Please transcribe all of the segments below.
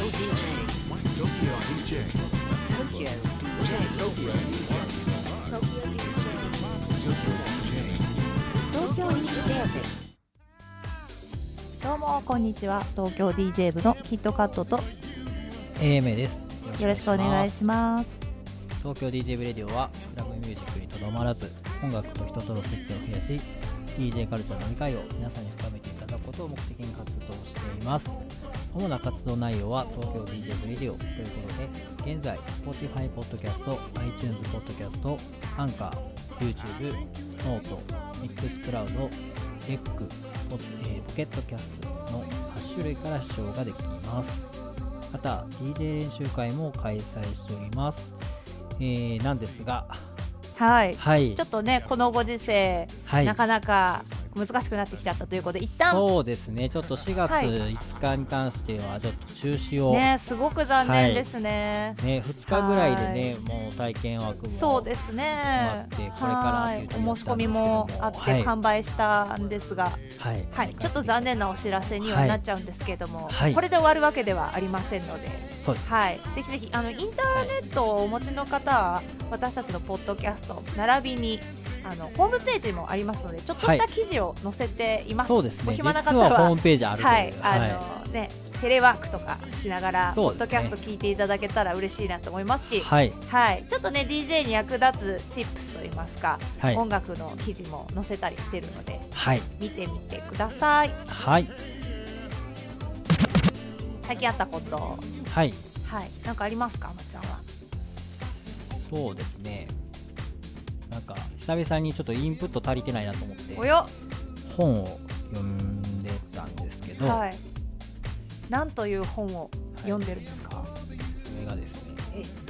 どうもこんにちは。東京 DJ 部のキットカットと AMA です。 よろしくお願いします。 東京 DJ 部レディオはクラブミュージックにとどまらず音楽と人との接点を増やし DJ カルチャーの理解を皆さんに深めていただくことを目的に活動しています。主な活動内容は東京 DJ 部レディオということで、現在 Spotify ポッドキャスト、iTunes ポッドキャスト、アンカー、YouTube、ノート、Mixcloud、REC、ポケットキャストの8種類から視聴ができます。また DJ 練習会も開催しております。なんですが、 はい、 はい、 ちょっとねこのご時世、 はい、 なかなか難しくなってきちゃったということで一旦そうですね、ちょっと4月5日に関してはちょっと中止を、 ね、すごく残念ですね。 はい、ね、2日ぐらいでね、もう体験枠もそうですね、 これからっていうところだったんですけども、 お申し込みもあって完売したんですが、 はいはい、ちょっと残念なお知らせにはなっちゃうんですけれども、 はい、 これで終わるわけではありませんので、 そうです、 はい、ぜひぜひインターネットをお持ちの方は、私たちのポッドキャスト並びにホームページもありますので、ちょっとした記事を載せています。 そうですね、 暇な実方ははホームページあるという、 はい、ね、テレワークとかしながら、 ね、 ポッドキャスト聞いていただけたら嬉しいなと思いますし、 はいはい、ちょっとね DJ に役立つチップスといいますか、 はい、 音楽の記事も載せたりしてるので、 はい、 見てみてください。 はい、 最近あったこと、 はい、 はい、なんかありますか、あまちゃんは。 そうですね、なんか久々にちょっとインプット足りてないなと思って本を読んでたんですけど、 はい、なんという本を読んでるんですか。 これがですね、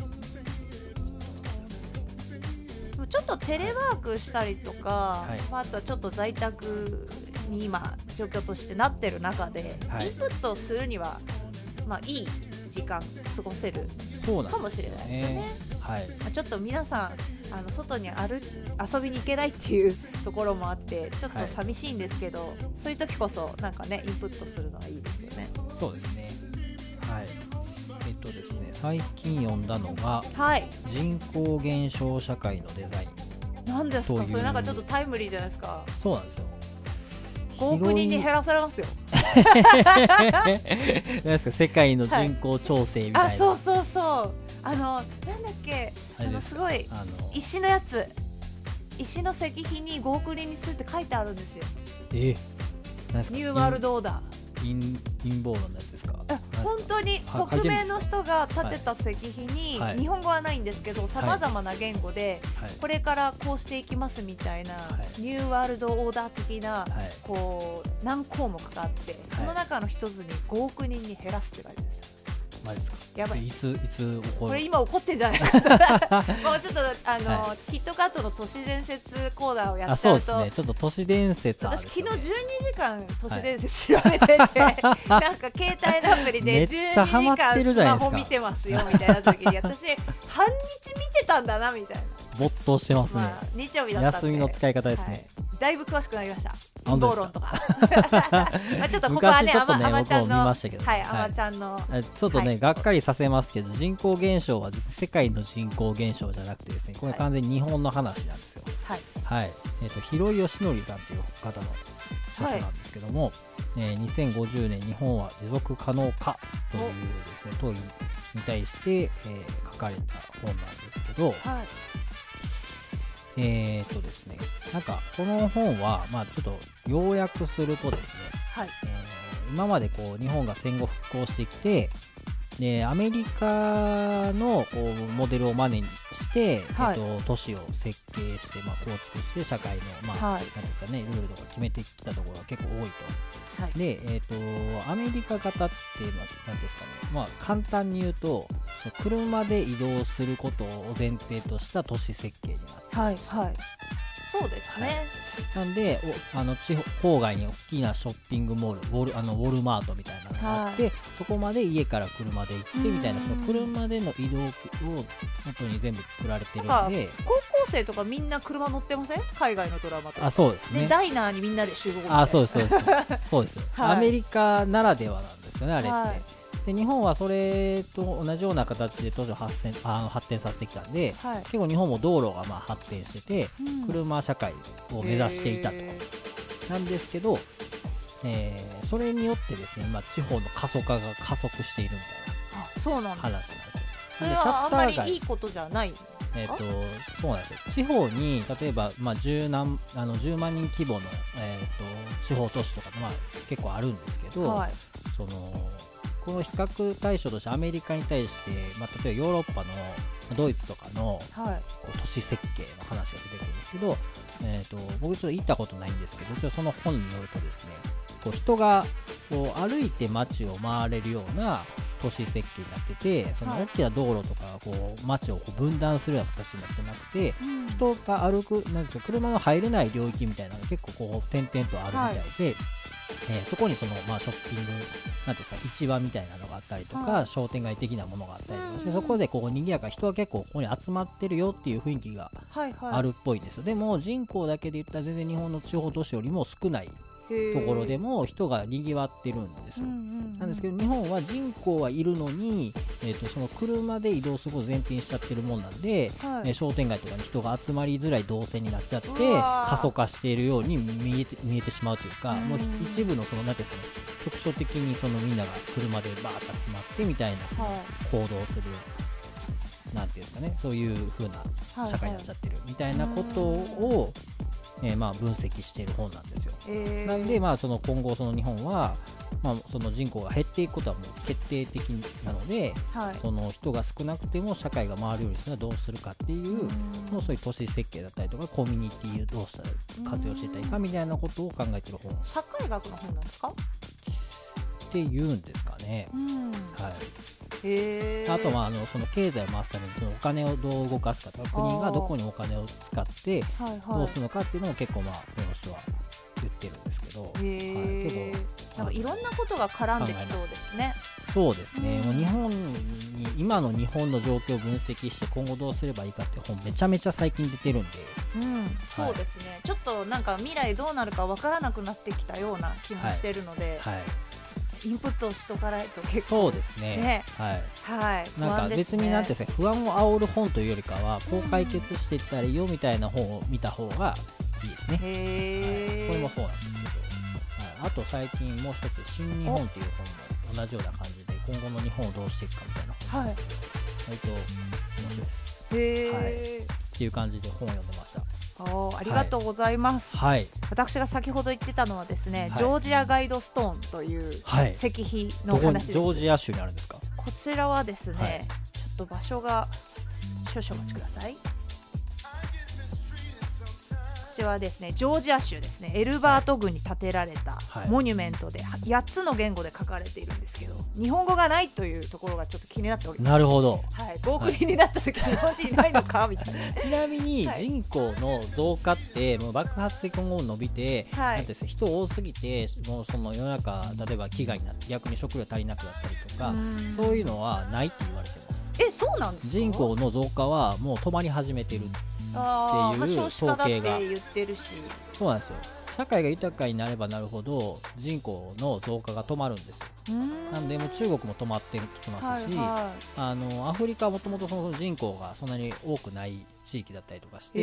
ちょっとテレワークしたりとか、 はい、 あとはちょっと在宅に今状況としてなってる中で、 はい、 インプットするには、いい時間過ごせるかもしれないですよね。はい、ちょっと皆さん外に遊びに行けないっていうところもあってちょっと寂しいんですけど、はい、そういう時こそなんかねインプットするのはいいですよね。 そうですね、はい、ですね、最近読んだのが、 はい、 人口減少社会のデザイン。 何ですかそれ。なんかちょっとタイムリーじゃないですか。 そうなんですよ。 5億人に減らされますよ。 何ですか、世界の人口調整みたいな、はい、 そうそうそう、なんだっけ、すごい石のやつ、石の石碑に5億人にするって書いてあるんですよ。 何ですか、 ニューワールドオーダー陰謀論のやつですか。 本当に北米の人が建てた石碑に、はい、日本語はないんですけどさまざまな言語で、はい、これからこうしていきますみたいな、はい、ニューワールドオーダー的な、はい、こう何項目かあって、その中の一つに5億人に減らすって書いてあるんですよ。 マジですか。 やばい。 いつ起こる。 これ今起こってんじゃないかともうちょっとはい、キットカットの都市伝説コーナーをやっちゃうと。 そうですね、ちょっと都市伝説私昨日12時間都市伝説調べてて、はい、なんか携帯のアプリで12時間スマホ見てますよみたいな時に私半日見てたんだなみたいな。 没頭してますね、 日曜日だったんで休みの使い方ですね、 はい、だいぶ詳しくなりました。陰謀論とかちょっとここはね、あまちゃんの、はい、あまちゃんのちょっとね、はい、がっかりさせますけど、人口減少は世界の人口減少じゃなくてですね、これ完全に日本の話なんですよ。はい、はい、広井義則さんという方の著書なんですけども、はい、2050年日本は持続可能かというですね問いに対して、書かれた本なんですけど、はい、ですね、なんかこの本は、ちょっと要約するとですね、はい、今までこう日本が戦後復興してきて、でアメリカのこうモデルを真似して、はい、都市を設計して、構築して社会の、はい、なんですかね、ルールとか決めてきたところが結構多いと。はい、で、アメリカ型っていうのは何ですかね、簡単に言うと車で移動することを前提とした都市設計になっています。はいはい、 そうですね、 はい、なんで郊外に大きなショッピングモール、ウォルマートみたいなのがあって、はい、そこまで家から車で行ってみたいな、その車での移動を本当に全部作られてるんで、 高校生とかみんな車乗ってません？海外のドラマとか。 そうですね。 でダイナーにみんなで集合みたいな。 そうですそうですそうです、はい、アメリカならではなんですよね、あれって。 で日本はそれと同じような形で当時発展させてきたんで、結構日本も道路がまあ発展してて、車社会を目指していたと、なんですけど、それによってですね、今地方の過疎化が加速しているみたいな話なんですよ。 それはあんまりいいことじゃない。 そうなんですよ。地方に例えば、まあ、10万人規模の、地方都市とか、まあ、結構あるんですけど、この比較対象としてアメリカに対して、まあ、例えばヨーロッパのドイツとかの、こう都市設計の話が出てくるんですけど、僕ちょっと行ったことないんですけど、その本によるとですね、こう人がこう歩いて街を回れるような都市設計になってて、その大きな道路とかこう街をこう分断するような形になってなくて、人が歩くなんですか、車が入れない領域みたいなのが結構こう点々とあるみたいで、そこにその、まあ、ショッピングなんですか、市場みたいなのがあったりとか、商店街的なものがあったりとかして、そこでこう賑やか人は結構ここに集まってるよっていう雰囲気があるっぽいです。でも人口だけで言ったら全然日本の地方都市よりも少ないところでも人がにぎわってるんですよ。なんですけど日本は人口はいるのに、その車で移動することを前提にしちゃってるもんなんで、商店街とかに人が集まりづらい動線になっちゃって過疎化しているように見えてしまうというか、もう一部のそのなんていうんですかね、局所的にそのみんなが車でバーッと集まってみたいな行動する、なんていうんですかね、そういう風な社会になっちゃってるみたいなことをまあ、分析している本なんですよ。なんで、まあ、その今後その日本は、まあ、その人口が減っていくことはもう決定的なので、その人が少なくても社会が回るようにするのはどうするかっていう、もうそういう都市設計だったりとかコミュニティをどうしたら活用していったらいいかみたいなことを考えている本。 社会学の本なんですかっていうんですかね。あとはその経済を回すためにそのお金をどう動かすかとか、国がどこにお金を使ってどうするのかっていうのも結構まあこの人は言ってるんですけど、 結構なんかいろんなことが絡んできそうですね。 そうですね、もう日本に今の日本の状況を分析して今後どうすればいいかって本めちゃめちゃ最近出てるんで、 そうですね、ちょっとなんか未来どうなるか分からなくなってきたような気もしてるので、インプットしとかないと結構そうですね、なんか別になんて不安を煽る本というよりかはこう解決していったらいいよみたいな本を見た方がいいですね。これもそうなんですけど、あと最近もう一つ新日本っていう本も同じような感じで今後の日本をどうしていくかみたいな本、割と面白いです。っていう感じで本を読んでました。 ありがとうございます。私が先ほど言ってたのはですね、ジョージアガイドストーンという石碑の話です。 ジョージア州にあるんですか？ こちらはですね、ちょっと場所が少々お待ちください。こちらはですね、ジョージア州ですね、エルバート郡に建てられたモニュメントで8つの言語で書かれているんですけど、日本語がないというところがちょっと気になっております。 なるほど。 合国になった時に日本人いないのかみたいな。 ちなみに人口の増加ってもう爆発的に今後伸びて、なんて人多すぎてもうその世の中例えば飢餓になって逆に食料足りなくなったりとか、そういうのはないって言われてます。 そうなんですか？ 人口の増加はもう止まり始めてるっていう統計が。 言ってるし、 そうなんですよ。社会が豊かになればなるほど人口の増加が止まるんですよ。なんでもう中国も止まってきてますし、アフリカはもともとその人口がそんなに多くない地域だったりとかして、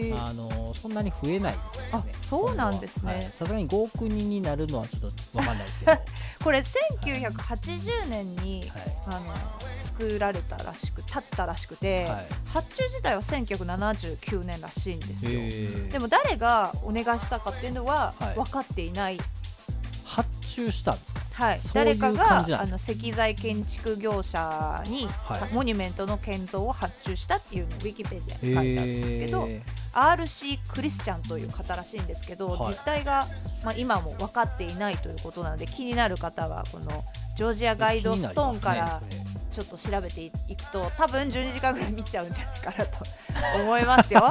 そんなに増えないですね。 そうなんですね。 さすがに5億人になるのはちょっと分かんないですけどこれ1980年に、作られたらしく建ったらしくて、発注自体は1979年らしいんですよ。でも誰がお願いしたかっていうのは分かっていない。 発注したんですか？ 誰かが石材建築業者に、モニュメントの建造を発注したっていうのをウィキペディアに書いてあるんですけど、RC クリスチャンという方らしいんですけど、実態が、今も分かっていないということなので、気になる方はこのジョージアガイドストーンからちょっと調べていくと多分12時間ぐらい見ちゃうんじゃないかなと思いますよ。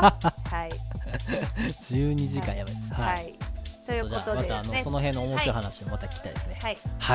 12時間やばいです。 ということでですね、 その辺の面白い話をまた聞きたいですね。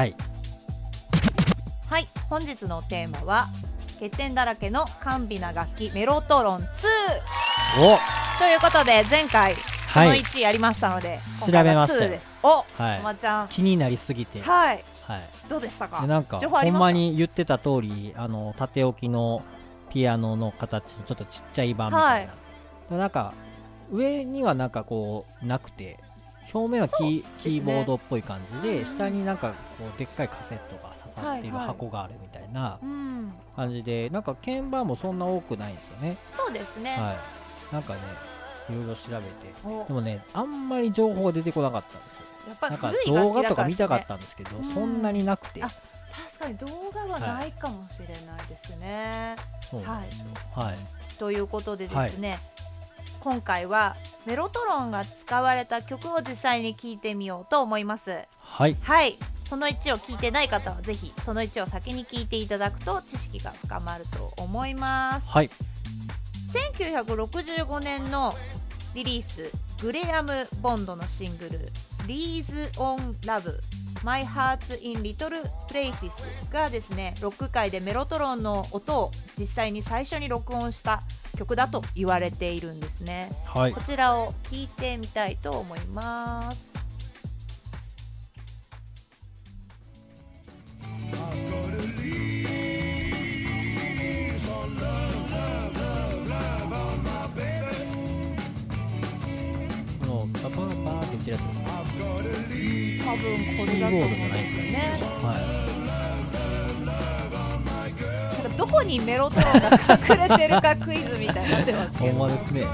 本日のテーマは欠点だらけの甘美な楽器メロトロン2ということで、前回その1やりましたので、 調べましたよ。 お、まちゃん気になりすぎて、 どうでしたか？ なんかほんまに言ってた通り、縦置きのピアノの形のちょっとちっちゃい版みたいな、なんか上にはなんかこうなくて、表面はキーボードっぽい感じで、下になんかこうでっかいカセットが刺さっている箱があるみたいな感じで、なんか鍵盤もそんな多くないんですよね。 そうですね。 なんかね、いろいろ調べて、でもね、あんまり情報が出てこなかったんですよ。 やっぱりなんか動画とか見たかったんですけど、そんなになくて。 確かに動画はないかもしれないですね。 そうなんですよ。 ということでですね、今回はメロトロンが使われた曲を実際に聴いてみようと思います。その1を聴いてない方はぜひその1を先に聴いていただくと知識が深まると思います。1965年のリリース、グレアム・ボンドのシングル Lease on Love My Heart's in Little Places がですね、ロック界でメロトロンの音を実際に最初に録音した曲だと言われているんですね。こちらを聴いてみたいと思います。 パパパーって言ってるやつですか？ 多分これだと思うんですよね。なんかどこにメロトロンが隠れてるかクイズみたいになってますけど。 ほんまですね。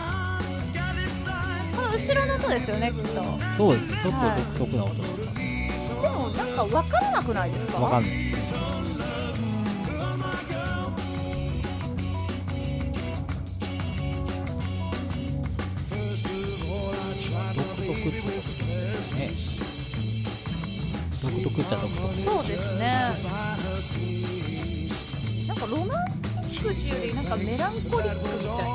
この後ろの音ですよね、きっと。 そうですね、ちょっと独特な音がします。 でもなんか分からなくないですか？ 分かんないですね。独特っちゃ独特。 そうですね。なんかロマンチックっていうよりなんかメランコリックみたいな、ちょっと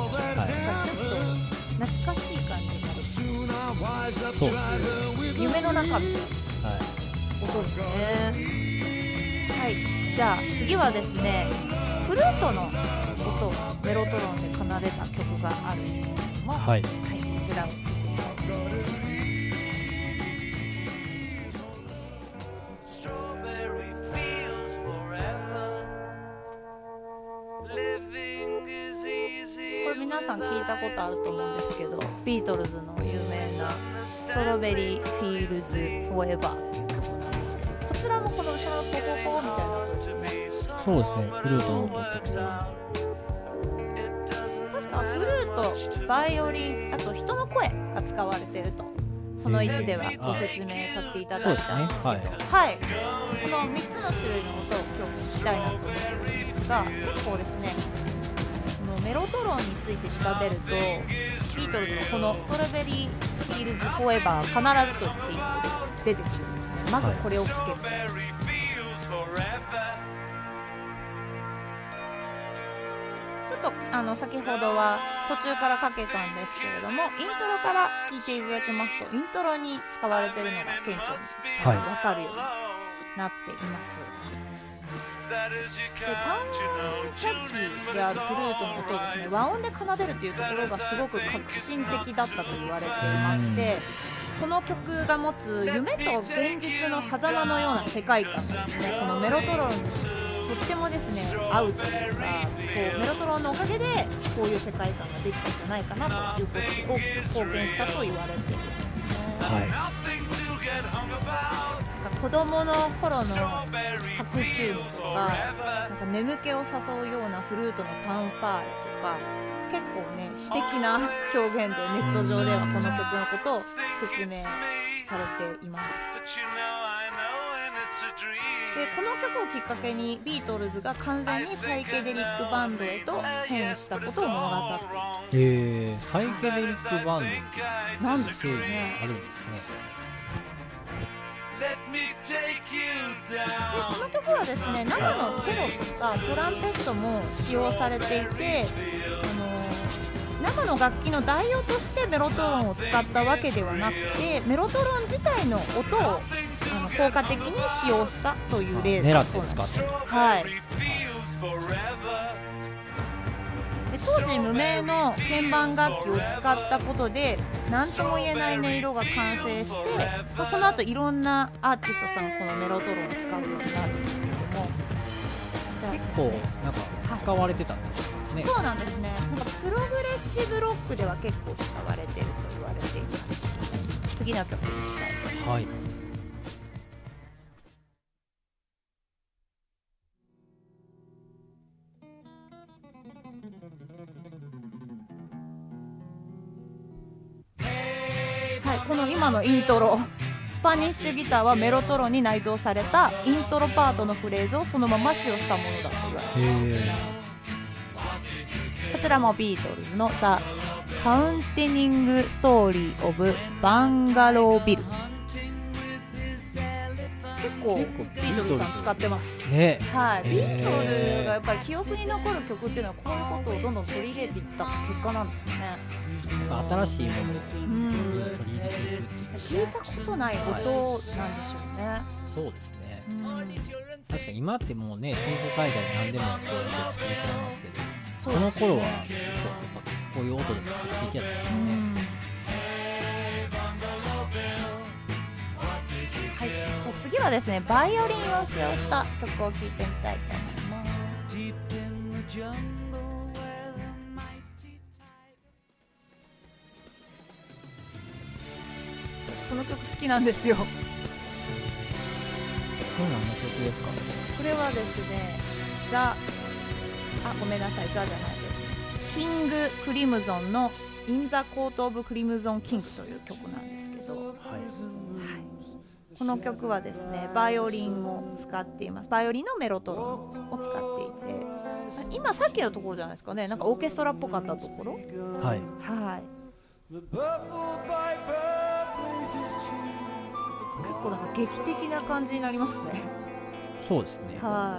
懐かしい感じがそう夢の中みたいな音ですね。じゃあ次はですね、フルートの音をメロトロンで奏でた曲があるんですけども、こちらを聴いてみたいと思います。皆さん聞いたことあると思うんですけど、ビートルズの有名なストロベリーフィールズフォーエバーっていう曲なんですけど、こちらもこの後ろのポコポコみたいな音ですね。 そうですね、フルートの音って確かフルート、バイオリン、あと人の声が使われているとその1ではご説明させていただいたんですけど、この3つの種類の音を今日聞きたいなと思っているんですが、結構ですね、メロトロンについて調べると、ビートルズのこのストロベリーフィールズフォーエバー必ずと言っていいので出てくるんですね。まずこれを聞ける、ちょっと先ほどは途中からかけたんですけれども、イントロから聞いていただきますと、イントロに使われているのが顕著に分かるようになっています。単音キャッチであるフルートの音をですね、和音で奏でるというところがすごく革新的だったと言われていまして、この曲が持つ夢と現実の狭間のような世界観がですね、このメロトロンにとってもですね合うというか、メロトロンのおかげでこういう世界観ができたんじゃないかなということで大きく貢献したと言われているんですね。子供の頃の白チューンとか、なんか眠気を誘うようなフルートのファンファーレとか、結構ね詩的な表現でネット上ではこの曲のことを説明されています。でこの曲をきっかけにビートルズが完全にサイケデリックバンドへと変異したことを物語っている。 サイケデリックバンドなんですよね。 あるんですね。 でこの曲はですね、生のチェロとかトランペットも使用されていて、生の楽器の代用としてメロトロンを使ったわけではなくて、メロトロン自体の音を効果的に使用したという例だそうなんです。でで当時無名の鍵盤楽器を使ったことで何とも言えない音色が完成して、その後いろんなアーティストさんがこのメロトロンを使うようになるんですけども、 結構なんか使われてたんですね。 そうなんですね。なんかプログレッシブロックでは結構使われてると言われています。次の曲に行きたいと思います。 はい。 この今のイントロ、スパニッシュギターはメロトロンに内蔵されたイントロパートのフレーズをそのまま使用したものだと言われています。こちらもビートルズのザ・カウンテニング・ストーリー・オブ・バンガロービル。結構ビートルズさん使ってますね。 はい、ビートルズがやっぱり記憶に残る曲っていうのはこういうことをどんどん取り入れていった結果なんですよね。 新しいものを取り入れていくっていう、 聞いたことない音なんでしょうね。 そうですね。確かに今ってもうね、シンセサイザーで何でもこうやって作れちゃいますけど、この頃は結構やっぱこういう音で作っていけたんですね。 はい、次はですね、バイオリンを使用した曲を聴いてみたいと思います。この曲好きなんですよ。 どんな曲ですか？ これはですね、ごめんなさい、ザじゃないです。キング・クリムゾンの In the Court of Crimson King という曲なんですけど、この曲はですね、バイオリンを使っています。バイオリンのメロトロンを使っていて、今さっきのところじゃないですかね、なんかオーケストラっぽかったところ、はいはい、結構なんか劇的な感じになりますね。 そうですね。 はい。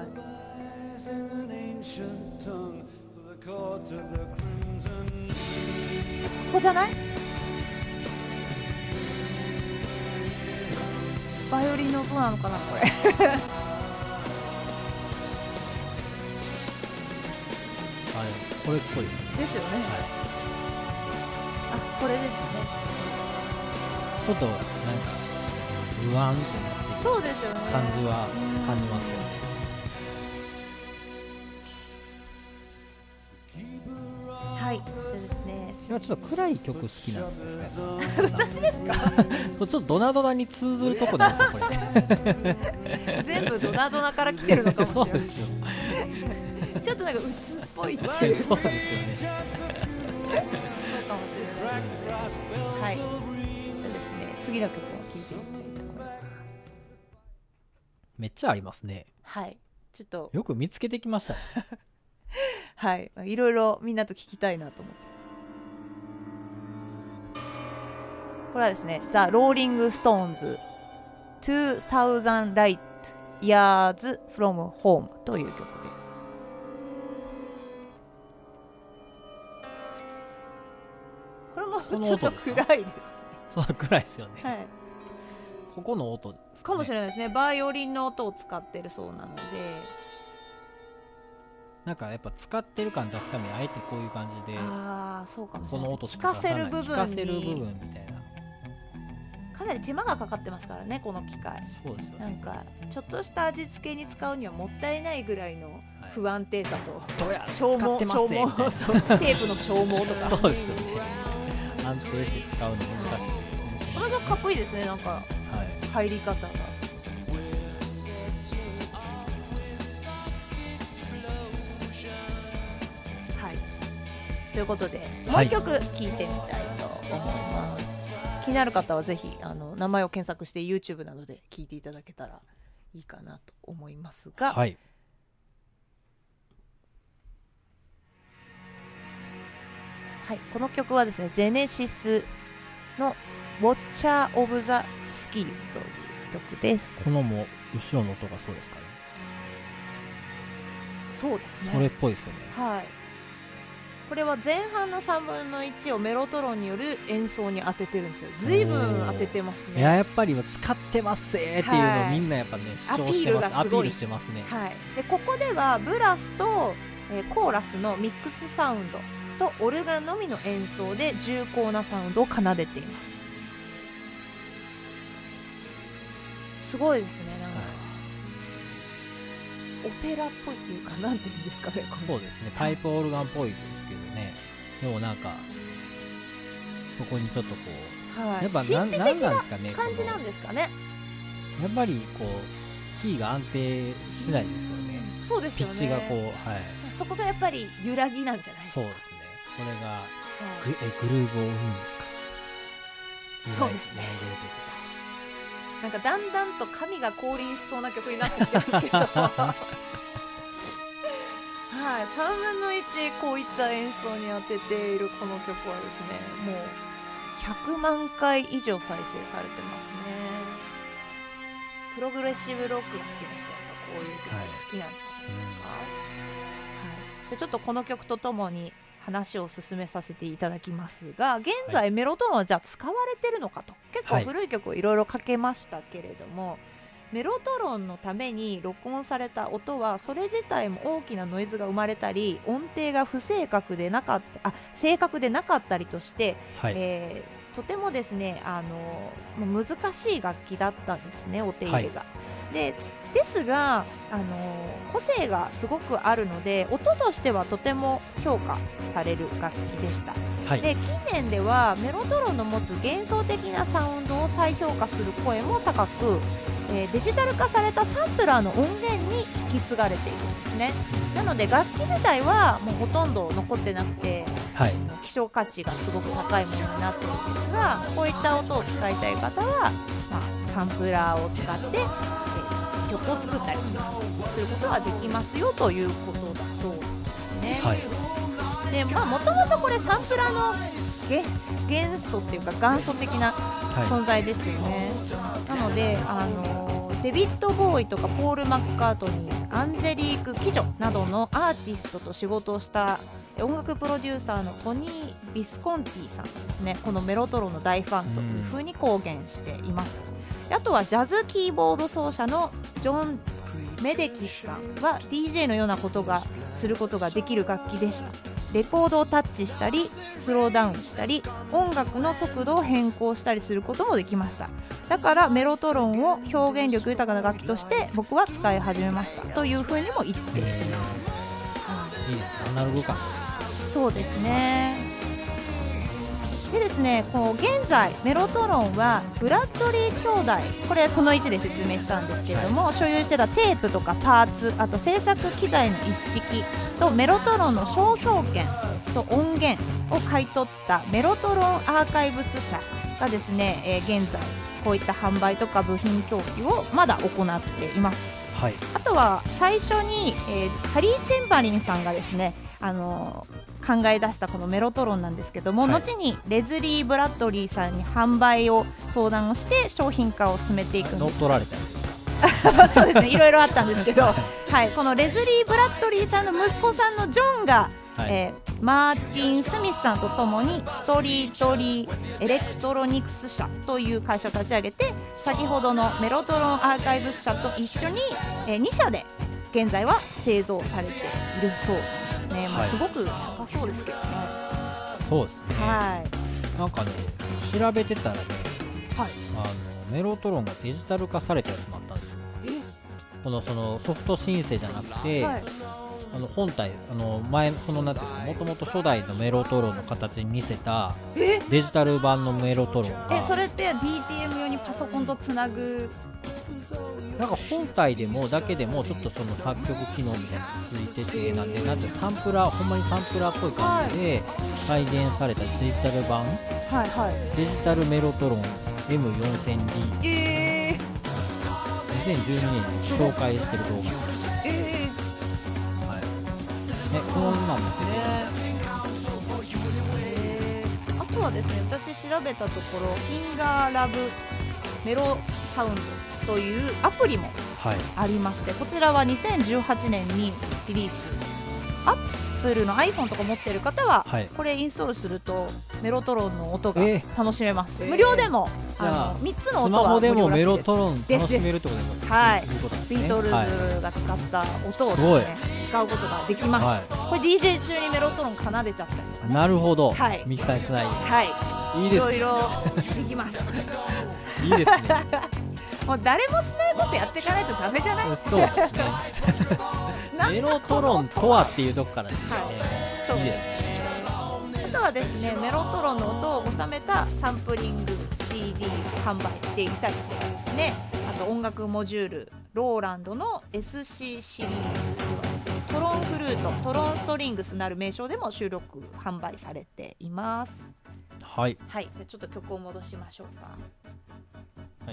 ここじゃない？バイオリンの音なのかなこれ。 これっぽいですね。 ですよね。これですね。 ちょっとなんか不安ってなって、 そうですよね。 感じは感じますけどね。 はい。ですね。 今ちょっと暗い曲好きなんですかね。 私ですか？ ちょっとドナドナに通ずるとこなんですよこれ。 全部ドナドナから来てるのかもしれない。 そうですよ。 ちょっとなんか鬱っぽいっていう。 そうですよね。そうかもしれないですね。 はい。じゃあですね、次の曲を聴いてみたいと思います。 めっちゃありますね。 はい。ちょっとよく見つけてきましたね。 はい。いろいろみんなと聞きたいなと思って。これはですね、ザ・ローリング・ストーンズ2000 Light Years from Home という曲です。これもちょっと暗いです。 そう暗いですよね。 はい。 ここの音ですかね。 かもしれないですね。バイオリンの音を使ってるそうなので。 なんかやっぱ使ってる感出すためにあえてこういう感じで、 そうかもしれない。 この音聞かせる部分に聞かせる部分みたいな。 かなり手間がかかってますからね、この機械。 そうですよね。 なんかちょっとした味付けに使うにはもったいないぐらいの不安定さと、 どうや消耗テープの消耗とか。 そうですよね。安定して使うの難しいです。 これがかっこいいですね。なんか、入り方が。はい。ということで、もう一曲聴いてみたいと思います。気になる方はぜひ名前を検索して YouTube などで聞いていただけたらいいかなと思いますが、はい、はい、この曲はですね、ジェネシスの Watcher of the Skies という曲です。 このも後ろの音がそうですかね。 そうですね。 それっぽいですよね。 はい。これは前半の3分の1をメロトロンによる演奏に当ててるんですよ。随分当ててますね。 いや、やっぱり使ってますっていうのをみんなやっぱね、主張してます。アピールしてますね。 はい。でここではブラスとコーラスのミックスサウンドとオルガンのみの演奏で重厚なサウンドを奏でています。すごいですね。なんか、オペラっぽいっていうか、なんていうんですかね。 そうですね、パイプオルガンっぽいですけどね。でもなんかそこにちょっとこう、やっぱなんですかね、 感じなんですかね。 やっぱりこうキーが安定しないですよね。 そうですよね。 ピッチがこう、 そこがやっぱり揺らぎなんじゃないですか。 そうですね。これが、グルーヴを生むんですか。 そうですね。なんかだんだんと神が降臨しそうな曲になってきてますけどはい、3分の1こういった演奏に当てているこの曲はですね、もう100万回以上再生されてますね。プログレッシブロックが好きな人はやっぱこういう曲好きなんじゃないですか。はい、でちょっとこの曲とともに話を進めさせていただきますが、現在メロトロンはじゃあ使われてるのかと、結構古い曲をいろいろかけましたけれども、メロトロンのために録音された音はそれ自体も大きなノイズが生まれたり、音程が不正確でなかった正確でなかったりとして、とてもですね難しい楽器だったんですね、お手入れが。ですが個性がすごくあるので、音としてはとても評価される楽器でした。で近年ではメロトロンの持つ幻想的なサウンドを再評価する声も高く、デジタル化されたサンプラーの音源に引き継がれているんですね。なので楽器自体はもうほとんど残ってなくて、希少価値がすごく高いものになっているんですが、こういった音を使いたい方は、サンプラーを使って曲を作ったりすることができますよということだそうですね。でもともとこれサンプラーの元素っていうか元祖的な存在ですよね。なのでデビッド・ボーイとかポール・マッカートニー、アンジェリーク・キジョなどのアーティストと仕事をした音楽プロデューサーのトニー・ビスコンティさんですね、このメロトロンの大ファンというふうに公言しています。あとはジャズキーボード奏者のジョン・メデキスさんは DJ のようなことがすることができる楽器でした。レコードをタッチしたりスローダウンしたり音楽の速度を変更したりすることもできました。だからメロトロンを表現力豊かな楽器として僕は使い始めましたというふうにも言っています。 いいですね、アナログ感。 そうですね。でですね、現在メロトロンはブラッドリー兄弟、これその1で説明したんですけれども、所有してたテープとかパーツ、あと制作機材の一式とメロトロンの商標権と音源を買い取ったメロトロンアーカイブス社がですね、現在こういった販売とか部品供給をまだ行っています。あとは最初に、ハリー・チェンバリンさんがですね考え出したこのメロトロンなんですけども、後にレズリー・ブラッドリーさんに販売を相談をして商品化を進めていくんです。 乗っ取られちゃうそうですね、いろいろあったんですけどこのレズリー・ブラッドリーさんの息子さんのジョンが、マーティン・スミスさんとともにストリートリー・エレクトロニクス社という会社を立ち上げて、先ほどのメロトロンアーカイブス社と一緒に、2社で現在は製造されているそうなんですね。すごく高そうですけどね。 そうですね。なんかね、調べてたらね、メロトロンがデジタル化されたやつもあったんですよ。そのソフトシンセじゃなくて、本体前なんていうんですか、もともと初代のメロトロンの形に似せたデジタル版のメロトロンが、 それって DTM 用にパソコンとつなぐ、 なんか本体でもだけでもちょっとその作曲機能みたいなのがついてて、なんてサンプラー、ほんまにサンプラーっぽい感じで再現されたデジタル版、デジタルメロトロン M4000D、2012年に紹介してる動画です。こんなんですあとはですね、私調べたところ、フィンガーラブメロサウンドというアプリもありまして、こちらは2018年にリリース。ア Apple の iPhone とか持ってる方は、これインストールするとメロトロンの音が楽しめます。無料でも3つの音は無料らしいです。スマホでもメロトロン楽しめるってことですか？はい、ビートルズが使った音をですね、使うことができます。これ DJ 中にメロトロン奏でちゃったりとかね。なるほど。ミキサーにつないで。いいです。いろいろできます。いいですね。もう誰もしないことやっていかないとダメじゃない？そうですね。メロトロンとはっていうとこからですね。いいですね。あとはですね、メロトロンの音を収めたサンプリング CD 販売していたりとかですね、あと音楽モジュールローランドの SC シリーズではですね、トロンフルート、トロンストリングスなる名称でも収録販売されています。はい、はい、じゃあちょっと曲を戻しましょうか。はい、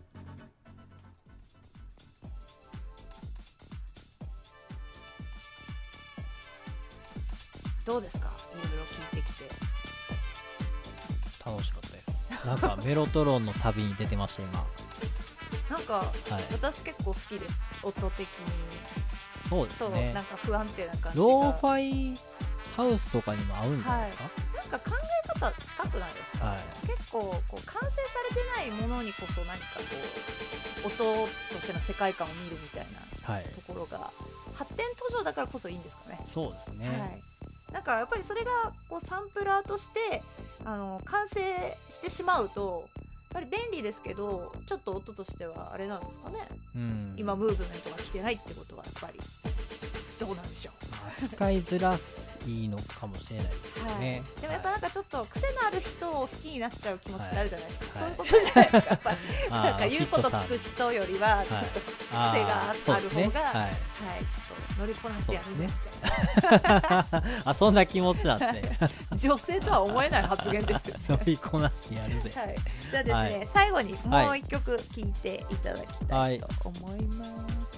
どうですか？いろいろ聞いてきて。楽しかったです。なんかメロトロンの旅に出てました今。なんか、私結構好きです。音的に。そうですね。なんか不安定な感じが。ローファイハウスとかにも合うんじゃないですか？なんか考え方近くないですか？結構こう完成されてないものにこそ何かこう音としての世界観を見るみたいなところが、発展途上だからこそいいんですかね。そうですね。なんかやっぱりそれがこうサンプラーとして完成してしまうとやっぱり便利ですけど、ちょっと音としてはあれなんですかね。今ムーブメントが来てないってことはやっぱりどうなんでしょう。使いづらいいのかもしれないですね。でもやっぱなんかちょっと癖のある人を好きになっちゃう気持ちってあるじゃないですか。そういうことじゃないですか。やっぱりなんか言うこと聞く人よりはちょっと癖がある方が、はい、ちょっと乗りこなしてやるみたいな。あ、そんな気持ちなんですね。女性とは思えない発言ですよね。乗りこなしてやるぜ。はい。じゃあですね、最後にもう一曲聴いていただきたいと思います。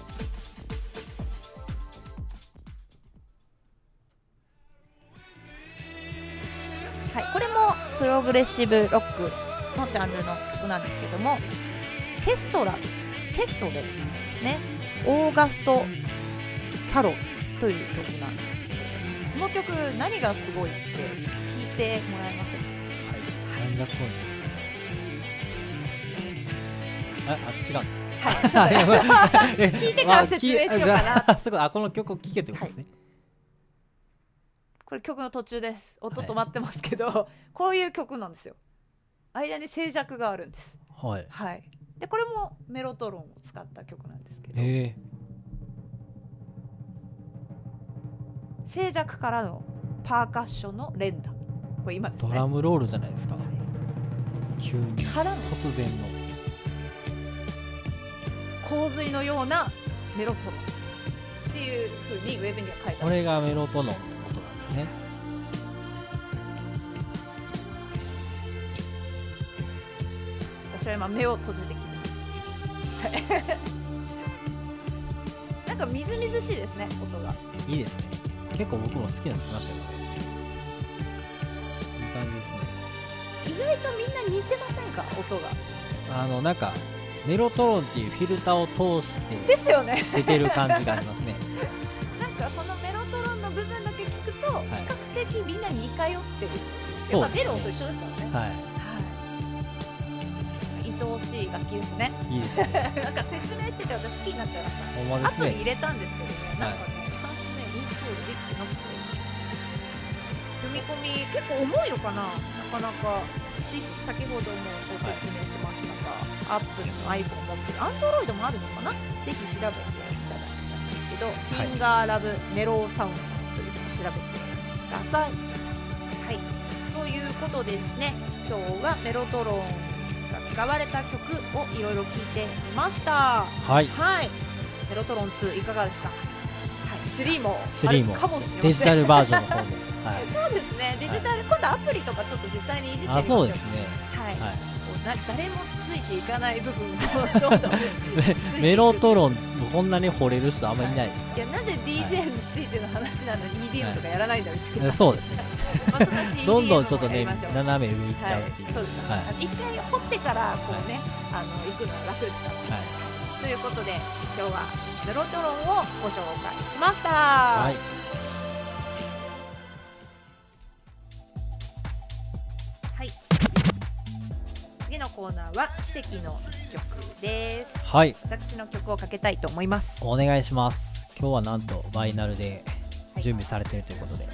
はい、これもプログレッシブロックのジャンルの曲なんですけども、ケストレですね、オーガスト・キャロという曲なんですけど、この曲何がすごいって聞いてもらえませんか？はい、何がすごいんですか？違うんですか？はい、聞いてから説明しようかな。すごい、この曲を聴けということですね。これ曲の途中です。音止まってますけど、こういう曲なんですよ。間に静寂があるんです。はい。はい。でこれもメロトロンを使った曲なんですけど、静寂からのパーカッションの連打。これ今ですね。ドラムロールじゃないですか。はい、急にからの突然の洪水のようなメロトロンっていう風にウェブには書いてある。これがメロトロン。ね、私は今目を閉じてきてなんかみずみずしいですね、音がいいですね。結構僕も好きなの来ましたよね。いい感じですね。意外とみんな似てませんか？音がなんかメロトロンっていうフィルターを通してですよね、出てる感じがありますね。なんかそのメロトロンの部分だけ聞くと、比較的みんな似通ってる。やっぱメロンと一緒ですからね。はい。愛おしい楽器ですね。いいですね。なんか説明してて私好きになっちゃいました。アプリ入れたんですけどね、なんかね、ちゃんとねインストールできてなくて、踏み込み結構重いのかな。なかなか先ほどもご説明しましたが、アップルの iPhone を持ってる Android もあるのかな。ぜひ調べていただきたいんですけど、フィンガーラブメローサウンドというのを調べてください。はい、ということでですね、今日はメロトロンが使われた曲をいろいろ聞いてみました。はい、はい、メロトロン2いかがですか？はい、3もあるかもしれません。デジタルバージョンの方で、はい、そうですね、デジタル、今度アプリとかちょっと実際にいじってみましょう。そうですね。はい、はい、誰もつついていかない部分をどんどんメロトロンこんなに惚れる人あんまりいないですか？いや、なぜ DJ についての話なのに EDM とかやらないんだみたいな。そうですね。どんどんちょっとね斜め上行っちゃうっていう。そうですね。一回掘ってからこうね行くのは楽ですから。ということで今日はメロトロンをご紹介しました。はい。 コーナーは奇跡の一曲です。 はい、 私の曲をかけたいと思います。 お願いします。今日はなんとバイナルで準備されているということで、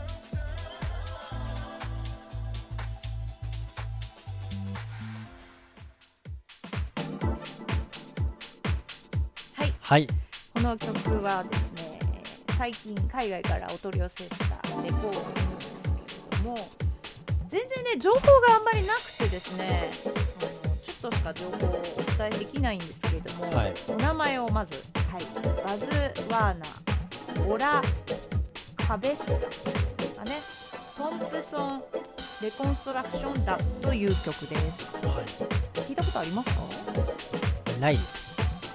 はい、 はい、 この曲はですね、最近海外からお取り寄せしたレコードなんですけれども、全然ね情報があんまりなくてですね、ちょっとしか情報をお伝えできないんですけれども、はい、お名前をまず、はい、バズ・ワーナー、オラ・カベッサがね、トンプソン・レコンストラクションだという曲です。はい、聞いたことありますか？ ないです。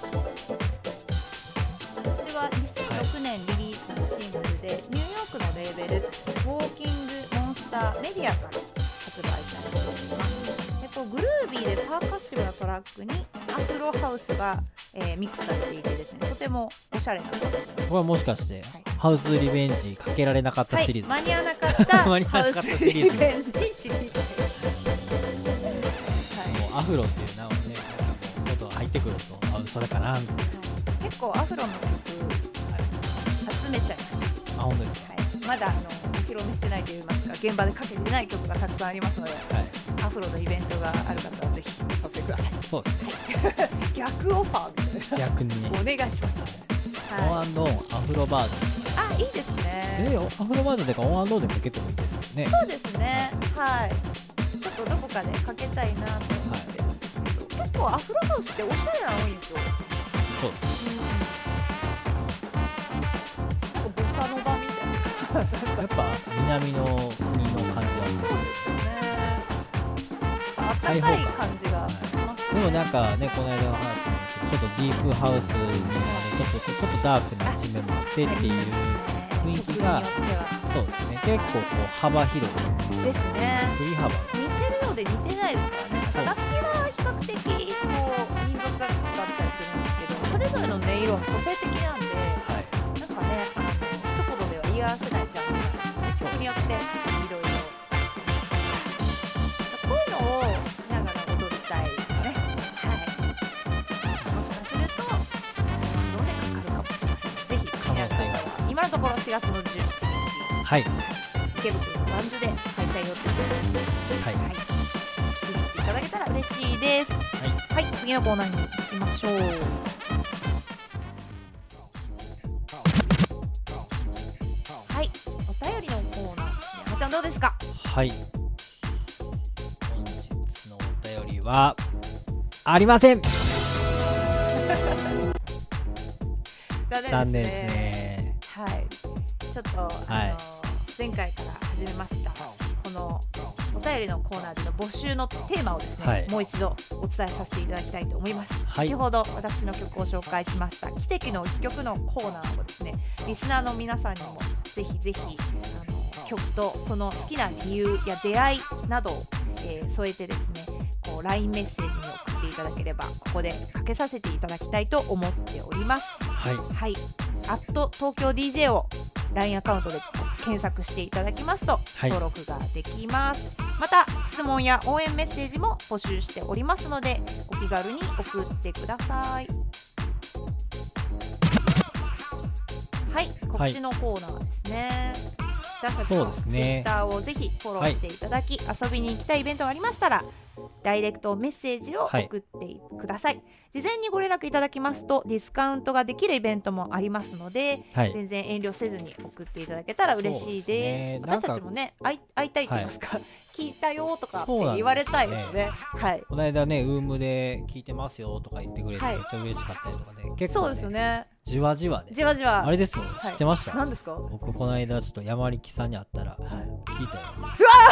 これは2006年リリースのシングルで、ニューヨークのレーベルウォーキングモンスターメディアから発売されております。グルービーでパーカッシブなトラックにアフロハウスが、ミックスされていてですね、とてもおしゃれな曲です。 これはもしかして、はい、ハウスリベンジかけられなかったシリーズ、 はい、間に合わなかったハウスリベンジシリーズです、 はい、もうアフロっていう名をね、ちょっと入ってくるとそれかな、はい、 結構アフロの曲、はい、集めちゃいました。 あ、本当ですか？ はい、まだお披露目してないといいますか、現場でかけてない曲がたくさんありますので、はい、アフロのイベントがある方はぜひお誘いください。 そうですね、 はい、逆オファーみたいな、 逆に、ね、 お願いします、 はい、オン&オンアフロバード、 あ、いいですね。 アフロバードでかオン&オンでかけてもいいですよね。 そうですね、はい、ちょっとどこかでかけたいなと思ってるんですけど、結構アフロハウスっておしゃれなの多いんですよ。 そうですね、 なんかボサノバみたいなやっぱ南の国の感じはそうですね、あったかい感じがしますね。 でもなんかね、この間の話もちょっとディープハウスにちょっとダークな一面もあってっていう雰囲気が、そうですね、結構こう幅広いですね。 振り幅似てるようで似てないですからね。楽器は比較的こう民族楽器使ったりするんですけど、それぞれの音色は個性的なんで、はい、なんかね、一言では言い合わせないジャンルなんですね。曲によっていろいろ、こういうのを見ながら踊りたいですね。はい。もしかするとどんでかかるかもしれません。ぜひ皆さんは今のところ4月の17日、 はい、 池袋のバンズで開催予定です。はい。はい。見に来ていただけたら嬉しいです。はい。はい、次のコーナーに行きましょう。はい、お便りのコーナーですね。はちゃんどうですか？ はい。本日のお便りはありません。残念ですね。 はい。ちょっと、はい、前回から始めましたこのお便りのコーナーでの募集のテーマをですね、はい、もう一度お伝えさせていただきたいと思います。はい、先ほど私の曲を紹介しました奇跡の一曲のコーナーをですね、リスナーの皆さんにもぜひぜひ曲とその好きな理由や出会いなどを、添えてですね、こう LINE メッセージに送っていただければここでかけさせていただきたいと思っております。はい、はい、東京 DJ を LINE アカウントで検索していただきますと登録ができます。はい、また質問や応援メッセージも募集しておりますのでお気軽に送ってください。はい、告知のコーナーですね。私たちの Twitter をぜひフォローしていただき、遊びに行きたいイベントがありましたらダイレクトメッセージを送ってください。事前にご連絡いただきますとディスカウントができるイベントもありますので、全然遠慮せずに送っていただけたら嬉しいです。私たちもね、会いたいと言いますか、聞いたよとかって言われたいですね。はい、この間ね、ウームで聞いてますよとか言ってくれてめっちゃ嬉しかったりとかね、結構ね、そうですよね、じわじわね、じわじわあれですよ、知ってました？何ですか？僕この間ちょっと山力さんに会ったら聞いたよ。うわ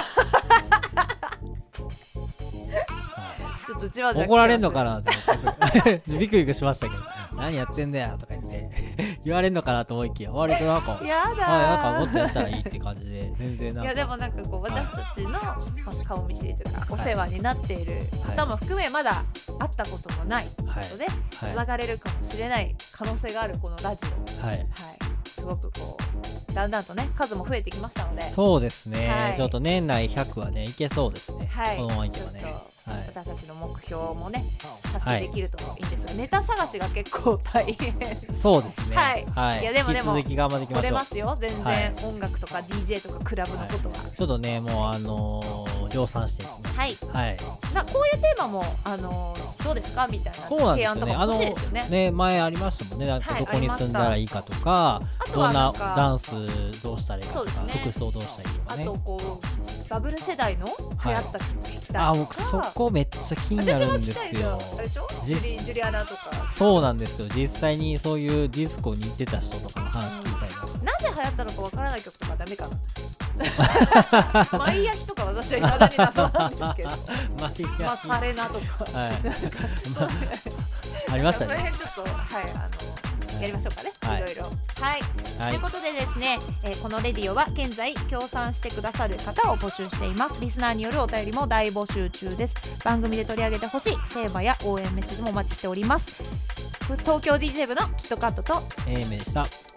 ちょっとじわじわ怒られんのかなと思ってビクビクしましたけど何やってんだよとか言って言われんのかなと思いきや割となんかやだなんかもっとやったらいいって感じで全然なんかいやでもなんかこう私たちの顔見知りというかお世話になっている方も含めまだ会ったこともないことでつながれるかもしれない可能性があるこのラジオ、はいはい、 すごくだんだんとね数も増えてきましたので、 そうですね、 はい、 ちょっと年内100はねいけそうですね、 はい、 このままいけばね、 はい、私たちの目標もね達成できるといいんですが、ネタ探しが結構大変そうですね、 はい、 はい、 いやでも引き続き頑張っていきましょう。 来れますよ全然、はい、音楽とか DJ とかクラブのことは、 ちょっとねもう量産していきます。 はい、 はい、 こういうテーマもどうですかみたいな提案とかも欲しいですよね。 ね前ありましたもんね、なんかどこに住んだらいいかとか、どんなダンスどうしたらいいかとか、服装どうしたらいいとかね、 あとバブル世代の流行った曲聞きたいとか、 あ、僕そこめっちゃ気になるんですよ。 あれでしょ、ジュリアナとか。 そうなんですよ、実際にそういうディスコに行ってた人とかの話聞いたいです。 なんで流行ったのかわからない曲とかダメかなマイヤヒとか私は未だに謎なんですけどマカレナとか、はい、 ありましたね。 その辺ちょっとやりましょうかね、はい、いろいろ、はい、ということでですね、このレディオは現在協賛してくださる方を募集しています。リスナーによるお便りも大募集中です。番組で取り上げてほしいテーマや応援メッセージもお待ちしております。東京 DJ 部のキットカットとエイメでした。